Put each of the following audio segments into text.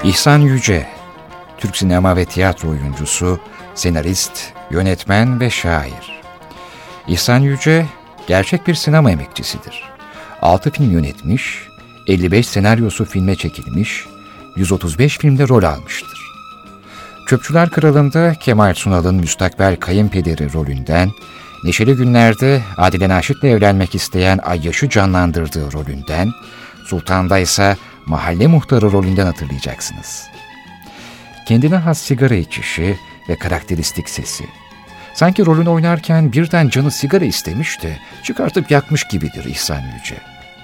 İhsan Yüce, Türk sinema ve tiyatro oyuncusu, senarist, yönetmen ve şair. İhsan Yüce, gerçek bir sinema emekçisidir. 6 film yönetmiş, 55 senaryosu filme çekilmiş, 135 filmde rol almıştır. Çöpçüler Kralı'nda Kemal Sunal'ın müstakbel kayınpederi rolünden, Neşeli Günler'de Adile Naşit'le evlenmek isteyen Ayyaş'ı canlandırdığı rolünden, Sultan'da ise mahalle muhtarı rolünden hatırlayacaksınız. Kendine has sigara içişi ve karakteristik sesi. Sanki rolünü oynarken birden canı sigara istemiş de çıkartıp yakmış gibidir İhsan Yüce.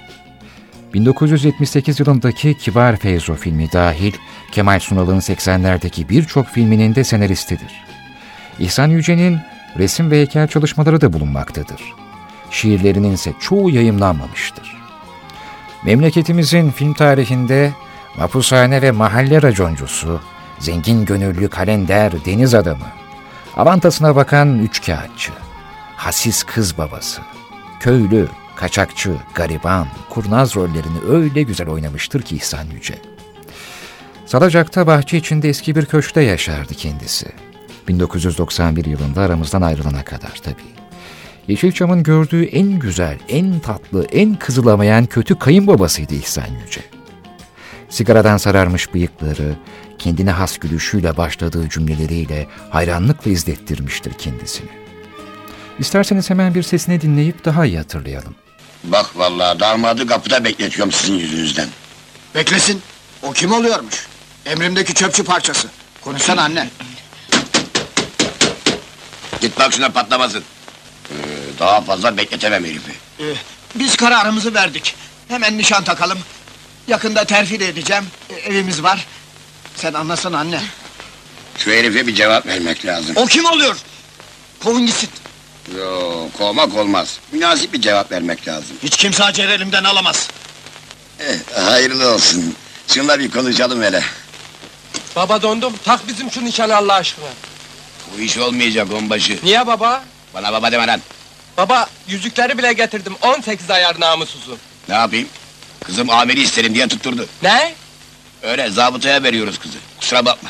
1978 yılındaki Kibar Feyzo filmi dahil Kemal Sunal'ın 80'lerdeki birçok filminin de senaristidir. İhsan Yüce'nin resim ve heykel çalışmaları da bulunmaktadır. Şiirlerinin ise çoğu yayımlanmamıştır. Memleketimizin film tarihinde mapushane ve mahalle raconcusu, zengin gönüllü kalender deniz adamı, avantasına bakan üçkağıtçı, hasis kız babası, köylü, kaçakçı, gariban, kurnaz rollerini öyle güzel oynamıştır ki İhsan Yüce. Salacak'ta bahçe içinde eski bir köşkte yaşardı kendisi. 1991 yılında aramızdan ayrılana kadar tabii. Yeşilçam'ın gördüğü en güzel, en tatlı, en kızılamayan kötü kayınbabasıydı İhsan Yüce. Sigaradan sararmış bıyıkları, kendine has gülüşüyle başladığı cümleleriyle hayranlıkla izlettirmiştir kendisini. İsterseniz hemen bir sesini dinleyip daha iyi hatırlayalım. Bak vallahi damadı kapıda bekletiyorum sizin yüzünüzden. Beklesin. O kim oluyormuş? Emrimdeki çöpçü parçası. Konuşsana anne. Git bak şuna patlamasın. Daha fazla bekletemem herifi. Biz kararımızı verdik. Hemen nişan takalım. Yakında terfi de edeceğim. Evimiz var. Sen anlasana anne. Şu herife bir cevap vermek lazım. O kim oluyor? Kovun gitsin. Yok, kovmak olmaz. Münasip bir cevap vermek lazım. Hiç kimse Hacer elimden alamaz. Hayırlı olsun. Şunla bir konuşalım hele. Baba dondum, tak bizim şu nişanı Allah aşkına. Bu iş olmayacak onbaşı. Niye baba? Bana baba deme lan. Baba, yüzükleri bile getirdim, 18 ayar namussuzum. Ne yapayım? Kızım amiri isterim diye tutturdu. Ne? Öyle zabıtaya veriyoruz kızı. Kusura bakma.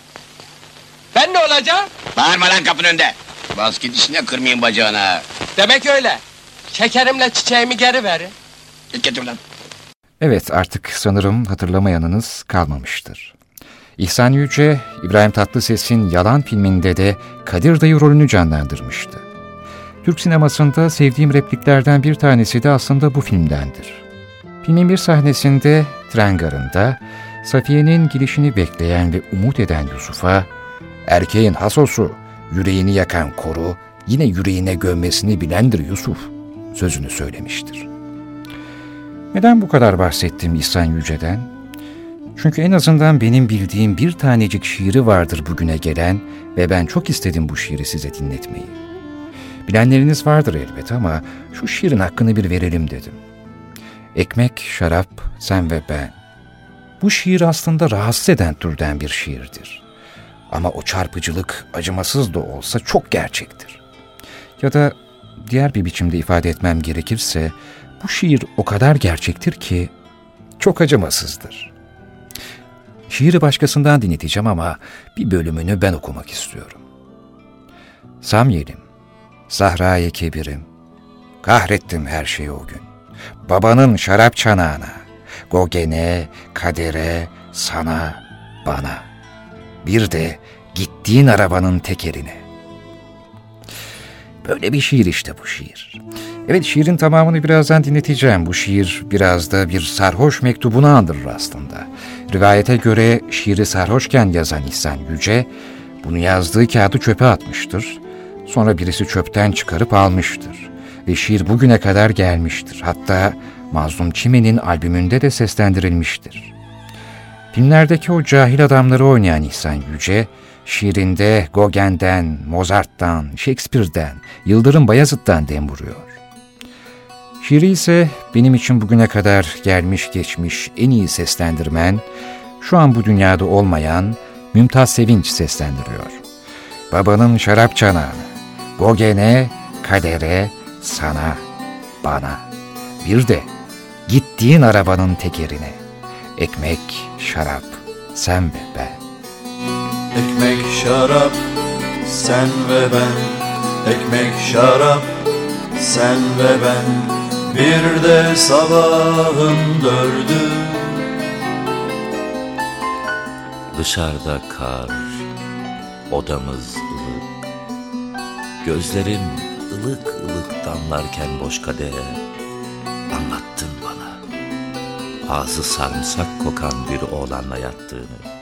Ben ne olacağım? Bağırma lan kapının önünde. Bas git işine, kırmayayım bacağına. Demek öyle. Şekerimle çiçeğimi geri verin. Git getir lan. Evet, artık sanırım hatırlamayanınız kalmamıştır. İhsan Yüce, İbrahim Tatlıses'in Yalan filminde de Kadir Dayı rolünü canlandırmıştı. Türk sinemasında sevdiğim repliklerden bir tanesi de aslında bu filmdendir. Filmin bir sahnesinde tren garında Safiye'nin gelişini bekleyen ve umut eden Yusuf'a "Erkeğin hasosu, yüreğini yakan koru, yine yüreğine gömmesini bilendir Yusuf" sözünü söylemiştir. Neden bu kadar bahsettim İhsan Yüce'den? Çünkü en azından benim bildiğim bir tanecik şiiri vardır bugüne gelen ve ben çok istedim bu şiiri size dinletmeyi. Bilenleriniz vardır elbet ama şu şiirin hakkını bir verelim dedim. Ekmek, şarap, sen ve ben. Bu şiir aslında rahatsız eden türden bir şiirdir. Ama o çarpıcılık acımasız da olsa çok gerçektir. Ya da diğer bir biçimde ifade etmem gerekirse, bu şiir o kadar gerçektir ki çok acımasızdır. Şiiri başkasından dinleteceğim ama bir bölümünü ben okumak istiyorum. Samyelim, Zahra-i Kebirim, kahrettim her şeyi o gün. Babanın şarap çanağına, Gogen'e, kadere, sana, bana. Bir de gittiğin arabanın tekerine. Böyle bir şiir işte bu şiir. Evet, şiirin tamamını birazdan dinleteceğim. Bu şiir biraz da bir sarhoş mektubunu andırır aslında. Rivayete göre şiiri sarhoşken yazan İhsan Yüce, bunu yazdığı kağıdı çöpe atmıştır. Sonra birisi çöpten çıkarıp almıştır. Ve şiir bugüne kadar gelmiştir. Hatta Mazlum Çimen'in albümünde de seslendirilmiştir. Filmlerdeki o cahil adamları oynayan İhsan Yüce, şiirinde Gogen'den, Mozart'tan, Shakespeare'den, Yıldırım Bayezid'den dem vuruyor. Şiiri ise benim için bugüne kadar gelmiş geçmiş en iyi seslendirmen, şu an bu dünyada olmayan Mümtaz Sevinç seslendiriyor. Babanın şarap çanağını, Gogen'e, kadere, sana, bana. Bir de gittiğin arabanın tekerine. Ekmek, şarap, sen ve ben. Ekmek şarap, sen ve ben. Ekmek şarap, sen ve ben. Bir de sabahın 4'ü. Dışarıda kar, odamız ılık. Gözlerim ılık ılık damlarken boş kadehe anlattın bana ağzı sarımsak kokan bir oğlanla yattığını.